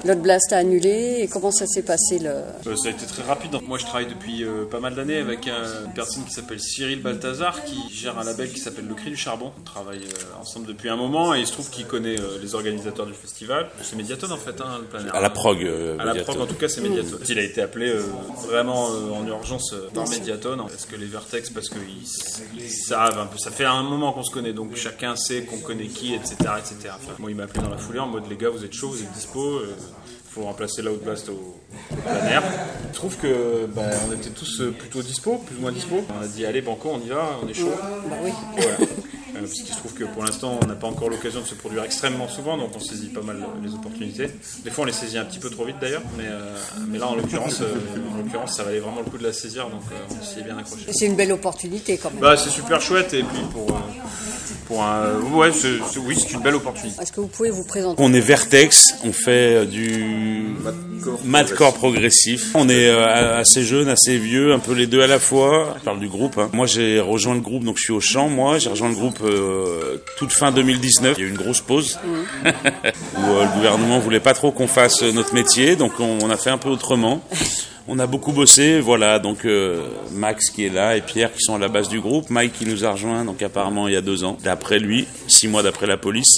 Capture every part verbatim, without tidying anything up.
L'autre Blast a annulé. Et comment ça s'est passé le... euh, Ça a été très rapide. Moi, je travaille depuis euh, pas mal d'années avec euh, une personne qui s'appelle Cyril Balthazar, qui gère un label qui s'appelle Le Cri du Charbon. On travaille euh, ensemble depuis un moment et il se trouve qu'il connaît euh, les organisateurs du festival. C'est Médiatone en fait, hein, le plein air. À la prog. Euh, à la prog, en tout cas, c'est Médiatone. Mmh. Il a été appelé euh, vraiment euh, en urgence euh, par Médiatone. Parce que les Vertex, parce qu'ils ils savent un peu. Ça fait un moment qu'on se connaît, donc chacun sait qu'on connaît qui, et cetera, et cetera. Enfin, moi, il m'a appelé dans la foulée en mode les gars, vous êtes chauds, vous êtes dispo. Euh, faut remplacer l'Outblast au, au plein air. Je trouve que bah, on était tous plutôt dispo, plus ou moins dispo. On a dit allez banco, on y va, on est chaud. Bah oui. Voilà. Euh, parce qu'il se trouve que pour l'instant on n'a pas encore l'occasion de se produire extrêmement souvent, donc on saisit pas mal les opportunités. Des fois on les saisit un petit peu trop vite d'ailleurs, mais, euh, mais là en l'occurrence, euh, en l'occurrence ça valait vraiment le coup de la saisir, donc euh, on s'y est bien accroché. Et c'est une belle opportunité quand même. Bah c'est super chouette et puis pour... Euh, Pour un... Ouais, c'est, c'est, oui, c'est une belle opportunité. Est-ce que vous pouvez vous présenter ? On est Vertex, on fait du madcore, madcore progressif. On est euh, assez jeune, assez vieux, un peu les deux à la fois. Je parle du groupe. Hein. Moi, j'ai rejoint le groupe, donc je suis au chant. Moi, j'ai rejoint le groupe euh, toute fin deux mille dix-neuf. Il y a eu une grosse pause mmh. où euh, le gouvernement voulait pas trop qu'on fasse notre métier, donc on, on a fait un peu autrement. On a beaucoup bossé, voilà, donc euh, Max qui est là et Pierre qui sont à la base du groupe, Mike qui nous a rejoint, donc apparemment il y a deux ans, d'après lui, six mois d'après la police.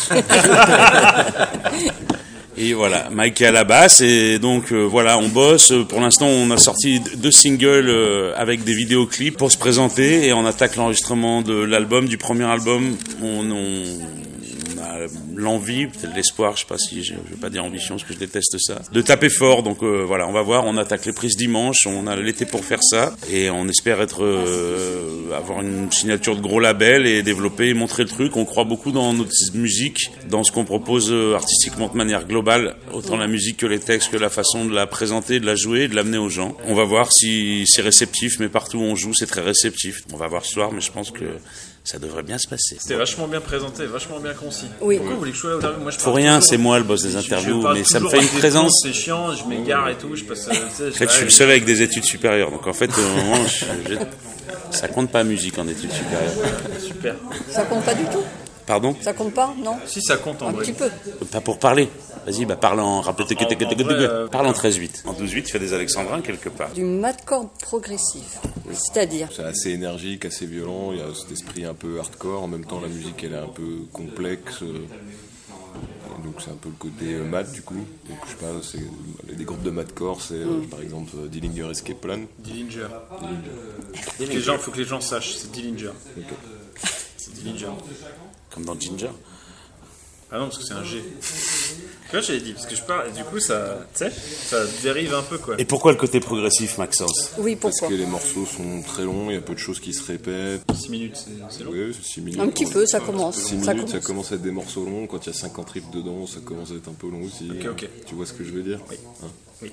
Et voilà, Mike est à la basse et donc euh, voilà, on bosse. Pour l'instant, on a sorti deux singles euh, avec des vidéoclips pour se présenter et on attaque l'enregistrement de l'album, du premier album. On... on l'envie, peut-être l'espoir, je sais pas si je, je vais pas dire ambition parce que je déteste ça, de taper fort. Donc euh, voilà, on va voir, on attaque les prises dimanche, on a l'été pour faire ça et on espère être euh, avoir une signature de gros label et développer et montrer le truc. On croit beaucoup dans notre musique, dans ce qu'on propose euh, artistiquement de manière globale, autant la musique que les textes, que la façon de la présenter, de la jouer et de l'amener aux gens. On va voir si c'est réceptif, mais partout où on joue, c'est très réceptif. On va voir ce soir, mais je pense que ça devrait bien se passer. C'était vachement bien présenté, vachement bien concis. Oui. Pourquoi vous voulez que je sois là ? Moi, je Pour rien, c'est moi le boss des interviews, mais ça me fait une présence. C'est chiant, je m'égare et tout. Je passe, tu sais, en fait, je suis le seul avec des études supérieures, donc en fait, au moment, je, je, ça compte pas musique en études supérieures. Super. Ça compte pas du tout ? Pardon ? Ça compte pas, non ? Si, ça compte en Un vrai. petit peu. Pas pour parler. Vas-y, bah parle en rappelez en, en vrai, euh, parle en treize huit. En douze huit, tu fais des alexandrins quelque part. Du madcore progressif, c'est-à-dire ? C'est assez énergique, assez violent, il y a cet esprit un peu hardcore, en même temps la musique elle est un peu complexe, donc c'est un peu le côté mat du coup. Donc je sais pas, c'est, des groupes de madcore, c'est mm. par exemple Dillinger Escape Plan. Dillinger. Dillinger. Il faut que les gens sachent, c'est Dillinger. Okay. C'est Dillinger. Comme dans Ginger. Ah non, parce que c'est un G. Tu vois, j'avais dit, parce que je parle, et du coup, ça, tu sais, ça dérive un peu, quoi. Et pourquoi le côté progressif, Maxence ? Oui, pourquoi ? Parce que les morceaux sont très longs, il y a peu de choses qui se répètent. six minutes, c'est, c'est long. Oui, c'est six minutes. Un petit peu, ça commence. six ça minutes, commence. ça commence à être des morceaux longs. Quand il y a cinquante riffs dedans, ça commence à être un peu long aussi. Ok, ok. Tu vois ce que je veux dire ? Oui. Hein ? Oui.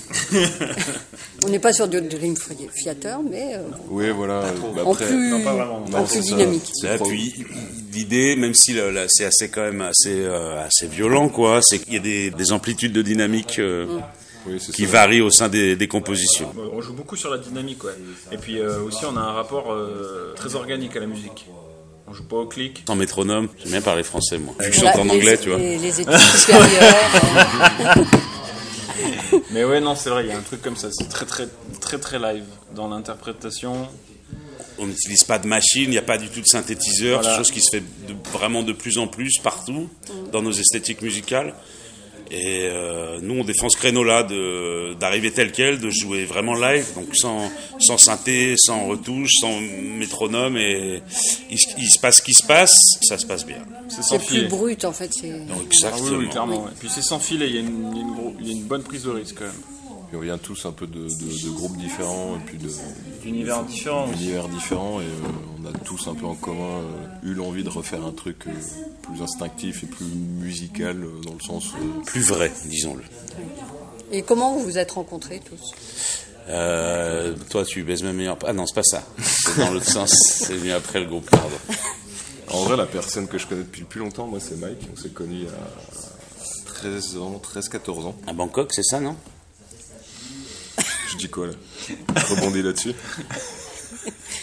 On n'est pas sur du Dream Theater, mais euh, oui, voilà. Bah en après, plus, non, pas vraiment. en Non, plus c'est dynamique. Là, puis l'idée, même si là, là, c'est assez quand même assez euh, assez violent, quoi, c'est qu'il y a des, des amplitudes de dynamique euh, mm. oui, qui ça. varient au sein des, des compositions. On joue beaucoup sur la dynamique, ouais. Et puis euh, aussi, on a un rapport euh, très organique à la musique. On joue pas au clic. Sans métronome. J'aime bien parler français, moi. Vu que je chante en les, anglais, tu vois. Les, les études supérieures. Mais ouais, non, c'est vrai, il y a un truc comme ça. C'est très, très, très, très live dans l'interprétation. On n'utilise pas de machine, il n'y a pas du tout de synthétiseur. Voilà. C'est chose qui se fait de, vraiment de plus en plus partout dans nos esthétiques musicales. Et euh, nous, on défend ce créneau-là de, d'arriver tel quel, de jouer vraiment live, donc sans, sans synthé, sans retouche, sans métronome, et il, il se passe ce qui se passe, ça se passe bien. C'est sans C'est filet. plus brut, en fait. C'est... Donc, exactement. Ah oui, oui, clairement. Ouais. Puis c'est sans filet, il y a une, il y a une, gros, il y a une bonne prise de risque quand même. Puis on vient tous un peu de, de, de groupes différents et puis de, d'univers différents. D'univers différents et euh, on a tous un peu en commun euh, eu l'envie de refaire un truc euh, plus instinctif et plus musical euh, dans le sens euh, plus vrai, disons-le. Et comment vous vous êtes rencontrés tous ? euh, Toi, tu baises ma meilleure. Ah non, c'est pas ça. C'est dans l'autre sens. C'est venu après le groupe. Pardon. En vrai, la personne que je connais depuis le plus longtemps, moi, c'est Mike. On s'est connus il y a treize ans, treize quatorze ans. À Bangkok, c'est ça, non ? Je dis quoi là ? Je rebondis là-dessus.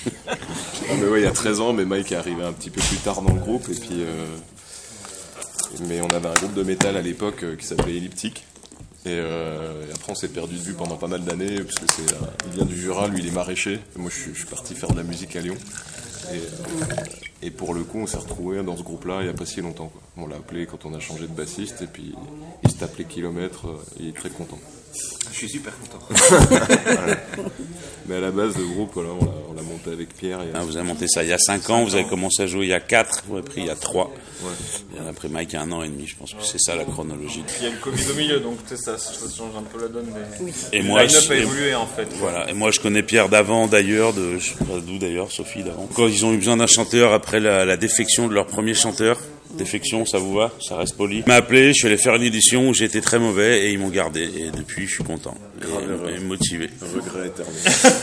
Non mais ouais, il y a treize ans, mais Mike est arrivé un petit peu plus tard dans le groupe et puis euh, mais on avait un groupe de métal à l'époque euh, qui s'appelait Elliptique. Et, euh, et après on s'est perdu de vue pendant pas mal d'années parce que c'est, euh, il vient du Jura, lui il est maraîcher. Et moi je suis, je suis parti faire de la musique à Lyon. Et, euh, et pour le coup on s'est retrouvé dans ce groupe-là il n'y a pas si longtemps, quoi. On l'a appelé quand on a changé de bassiste et puis il s'est appelé Kilomètre. Euh, il est très content. Je suis super content. Voilà. Mais à la base le groupe voilà, on, l'a, on l'a monté avec Pierre. Ah, vous avez monté ça il y a cinq ans, vous avez commencé à jouer il y a quatre, vous avez pris il y a trois. Ouais. Et après Mike il y a un an et demi, je pense que c'est ça la chronologie. Il y a le Covid au milieu, donc tu sais, ça, ça change un peu la donne. Mais... Oui. Et le moi, line-up je- a évolué en fait. Voilà, et moi je connais Pierre d'avant d'ailleurs, de, je sais pas d'où d'ailleurs, Sophie d'avant. Quand ils ont eu besoin d'un chanteur après la, la défection de leur premier chanteur, défection, ça vous va, ça reste poli. Il m'a appelé, je suis allé faire une édition où j'étais très mauvais et ils m'ont gardé. Et depuis, je suis content et, et motivé. Regret éternel.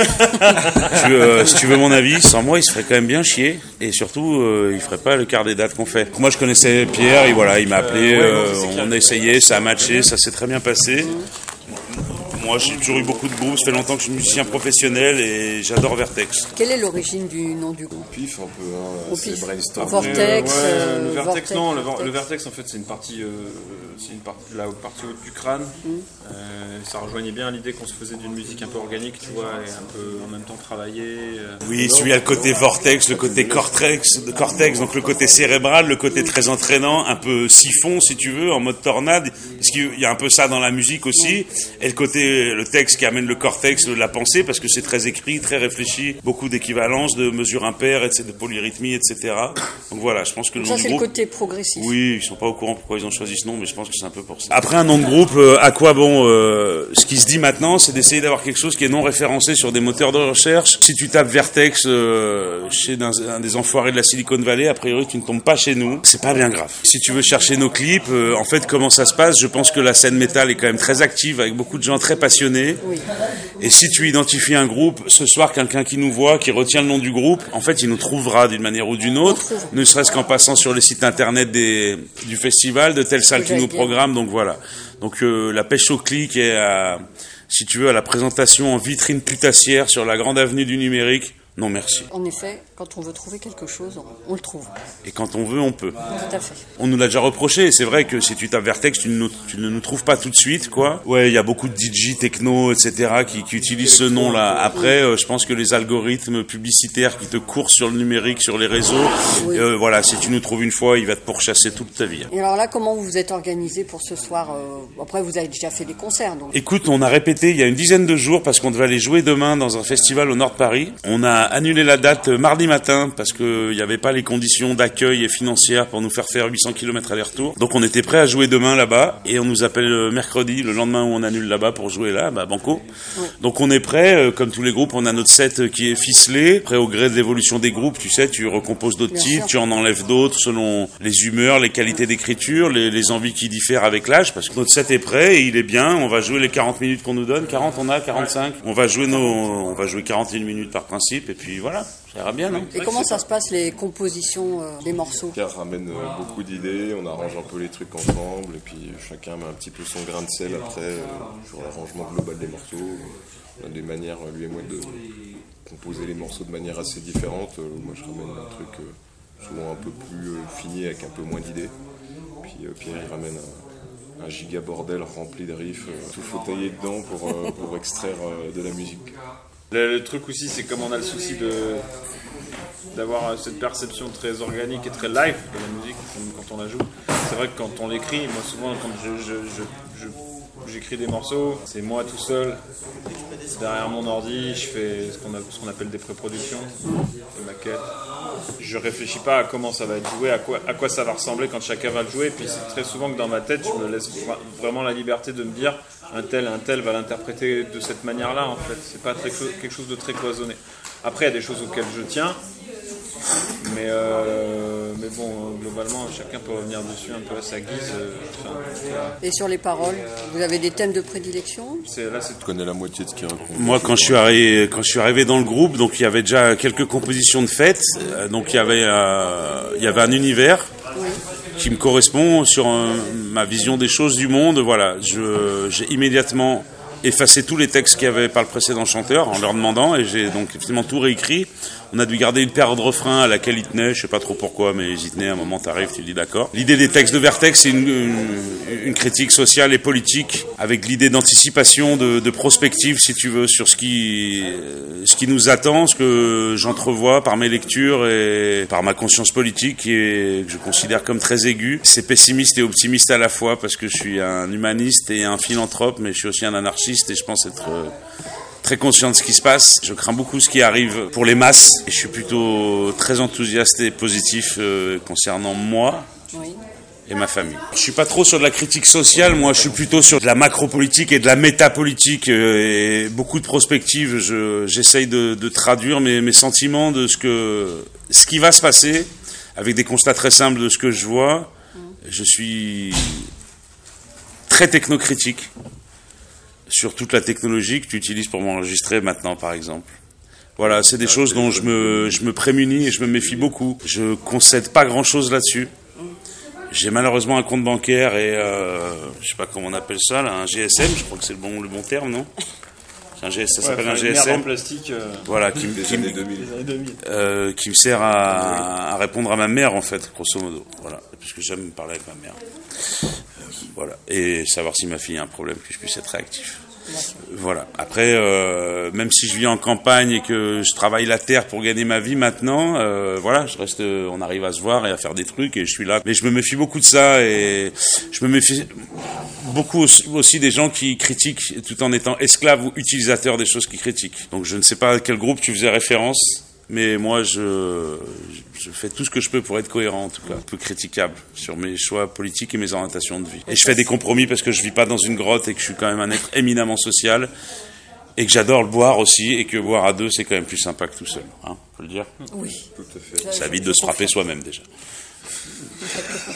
Tu veux, euh, si tu veux mon avis, sans moi, il se ferait quand même bien chier. Et surtout, euh, il ferait pas le quart des dates qu'on fait. Moi, je connaissais Pierre et voilà, il m'a appelé, Euh, ouais, euh, non, c'est clair. on a essayé, ça a matché, ça s'est très bien passé. Moi, j'ai toujours eu beaucoup de groupes, ça fait longtemps que je suis musicien professionnel et j'adore Vertex. Quelle est l'origine du nom du groupe? Pif un peu, hein, Au c'est pif. brainstorm. Vortex, Euh, ouais, euh, le vertex, vortex, non, le, vortex. le vertex en fait c'est une partie, euh, c'est une partie, la partie haute du crâne. Euh, ça rejoignait bien l'idée qu'on se faisait d'une musique un peu organique, tu vois, et un peu en même temps travailler. euh. Oui, celui a le côté Vortex, le côté cortex, cortex, donc le côté cérébral, le côté très entraînant, un peu siphon si tu veux, en mode tornade, parce qu'il y a un peu ça dans la musique aussi, et le côté, le texte qui amène le cortex, la pensée, parce que c'est très écrit, très réfléchi, beaucoup d'équivalences, de mesures impaires, et cetera, de polyrythmie, et cetera. Donc voilà, je pense que le nom Ça, du c'est le groupe... côté progressif. Oui, ils sont pas au courant pourquoi ils ont choisi ce nom, mais je pense que c'est un peu pour ça. Après un nom de groupe, euh, à quoi bon euh, ce qui se dit maintenant, c'est d'essayer d'avoir quelque chose qui est non référencé sur des moteurs de recherche. Si tu tapes Vertex euh, chez un, un des enfoirés de la Silicon Valley, a priori tu ne tombes pas chez nous. C'est pas bien grave. Si tu veux chercher nos clips, euh, en fait comment ça se passe, je pense que la scène métal est quand même très active avec beaucoup de gens très passionnés. Oui. Et si tu identifies un groupe, ce soir quelqu'un qui nous voit, qui retient le nom du groupe, en fait il nous trouvera d'une manière ou d'une autre, trouve. ne serait-ce qu'en passant sur les sites internet des, du festival, de telle salle qui j'allais nous dire. programme, donc voilà. Donc euh, la pêche au clic est à, si tu veux, à la présentation en vitrine putassière sur la grande avenue du numérique. Non merci. En effet, quand on veut trouver quelque chose, on, on le trouve. Et quand on veut, on peut. Tout à fait. On nous l'a déjà reproché, et c'est vrai que si tu tapes Vertex, tu ne, nous- tu ne nous trouves pas tout de suite, quoi. Ouais, il y a beaucoup de D J, techno, et cetera, qui, qui utilisent ce nom-là. Après, euh, je pense que les algorithmes publicitaires qui te courent sur le numérique, sur les réseaux, Oui. euh, voilà, si tu nous trouves une fois, il va te pourchasser toute ta vie. Et alors là, comment vous vous êtes organisé pour ce soir euh, Après, vous avez déjà fait des concerts, donc. Écoute, on a répété il y a une dizaine de jours parce qu'on devait aller jouer demain dans un festival au nord de Paris. On a annulé la date mardi matin parce qu'il n'y avait pas les conditions d'accueil et financières pour nous faire faire huit cents kilomètres aller-retour. Donc on était prêt à jouer demain là-bas et on nous appelle euh, mercredi, le lendemain où on annule là-bas pour jouer là, bah banco. Oui. Donc on est prêt, euh, comme tous les groupes, on a notre set euh, qui est ficelé. Après au gré de l'évolution des groupes, tu sais, tu recomposes d'autres Bien titres, sûr. tu en enlèves d'autres selon les humeurs, les qualités d'écriture, les, les envies qui diffèrent avec l'âge, parce que notre set est prêt et il est bien. On va jouer les quarante minutes qu'on nous donne. quarante, on a quarante-cinq. On va jouer nos, on va jouer quarante et une minutes par principe et puis voilà, ça ira bien, non? Et comment ça se passe, les compositions euh, des morceaux? Pierre ramène euh, beaucoup d'idées, on arrange un peu les trucs ensemble, et puis chacun met un petit peu son grain de sel après euh, sur l'arrangement global des morceaux. On a des manières, euh, lui et moi, de composer les morceaux de manière assez différente. Euh, moi, je ramène un truc euh, souvent un peu plus euh, fini avec un peu moins d'idées. Puis euh, Pierre, il ramène un, un giga bordel rempli de riffs, euh, tout fauteuillé dedans pour, euh, pour extraire euh, de la musique. Le, le truc aussi, c'est comme on a le souci de d'avoir cette perception très organique et très live de la musique quand on la joue. C'est vrai que quand on l'écrit, moi souvent quand je, je, je, je- j'écris des morceaux, c'est moi tout seul derrière mon ordi, je fais ce qu'on, a, ce qu'on appelle des pré-productions, des maquettes. Je réfléchis pas à comment ça va être joué, à quoi, à quoi ça va ressembler quand chacun va le jouer. Puis c'est très souvent que dans ma tête, je me laisse vra- vraiment la liberté de me dire un tel, un tel va l'interpréter de cette manière-là. En fait, c'est pas très, quelque chose de très cloisonné. Après, il y a des choses auxquelles je tiens. Mais, euh, mais bon, globalement, chacun peut revenir dessus un peu à sa guise. euh, enfin, voilà. Et sur les paroles, vous avez des thèmes de prédilection? c'est, là, c'est Je connais la moitié de ce qu'il raconte. Moi, quand je suis arrivé, quand je suis arrivé dans le groupe, donc il y avait déjà quelques compositions de fêtes. Euh, donc il y avait, euh, il y avait un univers Oui. qui me correspond sur euh, ma vision des choses du monde. Voilà, je, j'ai immédiatement effacé tous les textes qu'il y avait par le précédent chanteur en leur demandant, et j'ai donc effectivement tout réécrit On a dû garder une paire de refrains à laquelle il tenait, je sais pas trop pourquoi, mais ils y tenaient. À un moment, t'arrives, tu dis d'accord. L'idée des textes de Vertex, c'est une, une, une critique sociale et politique, avec l'idée d'anticipation, de, de prospective, si tu veux, sur ce qui, ce qui nous attend, ce que j'entrevois par mes lectures et par ma conscience politique, qui est, que je considère comme très aiguë. C'est pessimiste et optimiste à la fois, parce que je suis un humaniste et un philanthrope, mais je suis aussi un anarchiste et je pense être euh, très conscient de ce qui se passe. Je crains beaucoup ce qui arrive pour les masses et je suis plutôt très enthousiaste et positif euh, concernant moi. Oui. Et ma famille. Je suis pas trop sur de la critique sociale, moi je suis plutôt sur de la macro-politique et de la métapolitique euh, et beaucoup de prospectives. Je, j'essaye de, de traduire mes, mes sentiments de ce que, ce qui va se passer avec des constats très simples de ce que je vois. Je suis très technocritique sur toute la technologie que tu utilises pour m'enregistrer maintenant, par exemple. Voilà, c'est des choses dont je me, je me prémunis et je me méfie beaucoup. Je concède pas grand-chose là-dessus. J'ai malheureusement un compte bancaire et euh, je sais pas comment on appelle ça, là, un G S M, je crois que c'est le bon, le bon terme, non? C'est un G S M, ça ouais, s'appelle un G S M. En plastique. Euh... Voilà, qui, qui, années deux mille. Euh, qui me sert à, à répondre à ma mère en fait, grosso modo. Voilà, puisque j'aime parler avec ma mère. Euh, voilà, et savoir si ma fille a un problème, que je puisse être réactif. Voilà. Après, euh, même si je vis en campagne et que je travaille la terre pour gagner ma vie maintenant, euh, voilà, je reste, on arrive à se voir et à faire des trucs et je suis là. Mais je me méfie beaucoup de ça et je me méfie beaucoup aussi des gens qui critiquent tout en étant esclaves ou utilisateurs des choses qu'ils critiquent. Donc je ne sais pas à quel groupe tu faisais référence. Mais moi, je, je fais tout ce que je peux pour être cohérent, en tout cas, un peu critiquable sur mes choix politiques et mes orientations de vie. Et je fais des compromis parce que je vis pas dans une grotte et que je suis quand même un être éminemment social et que j'adore le boire aussi et que boire à deux, c'est quand même plus sympa que tout seul. Hein, faut le dire. Oui. Tout à fait. Ça évite de se frapper soi-même, déjà. Quoi ?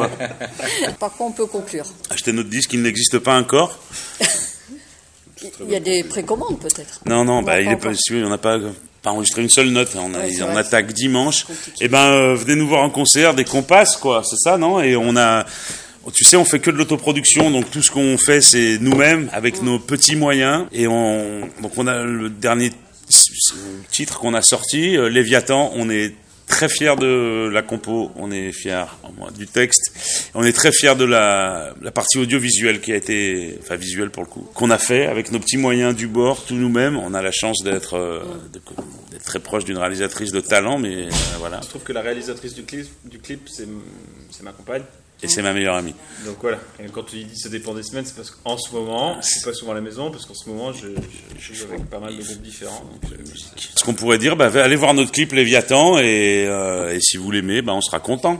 Par quoi on peut conclure ? Acheter notre disque, il n'existe pas encore. Il y a des précommandes, peut-être. Non, non, bah, il est pas, si on n'a pas... pas enregistré une seule note, on, a, ouais, on attaque dimanche, et ben euh, venez nous voir en concert, dès qu'on passe, quoi, c'est ça, non? Et on a, tu sais, on fait que de l'autoproduction, donc tout ce qu'on fait, c'est nous-mêmes, avec mmh. nos petits moyens, et on, donc on a le dernier titre qu'on a sorti, euh, Léviathan, on est très fiers de la compo, on est fiers du texte, on est très fiers de la, la partie audiovisuelle qui a été, enfin visuelle pour le coup, qu'on a fait avec nos petits moyens du bord, tout nous-mêmes. On a la chance d'être, euh, de, d'être très proche d'une réalisatrice de talent, mais euh, voilà. Je trouve que la réalisatrice du clip, du clip c'est, c'est ma compagne. Et c'est ma meilleure amie. Donc voilà, et quand tu dis ça dépend des semaines, c'est parce qu'en ce moment, je suis pas souvent à la maison, parce qu'en ce moment, je, je, je joue avec pas mal de groupes différents. Donc, ce qu'on pourrait dire, bah, allez voir notre clip Léviathan, et, euh, et si vous l'aimez, bah, on sera content.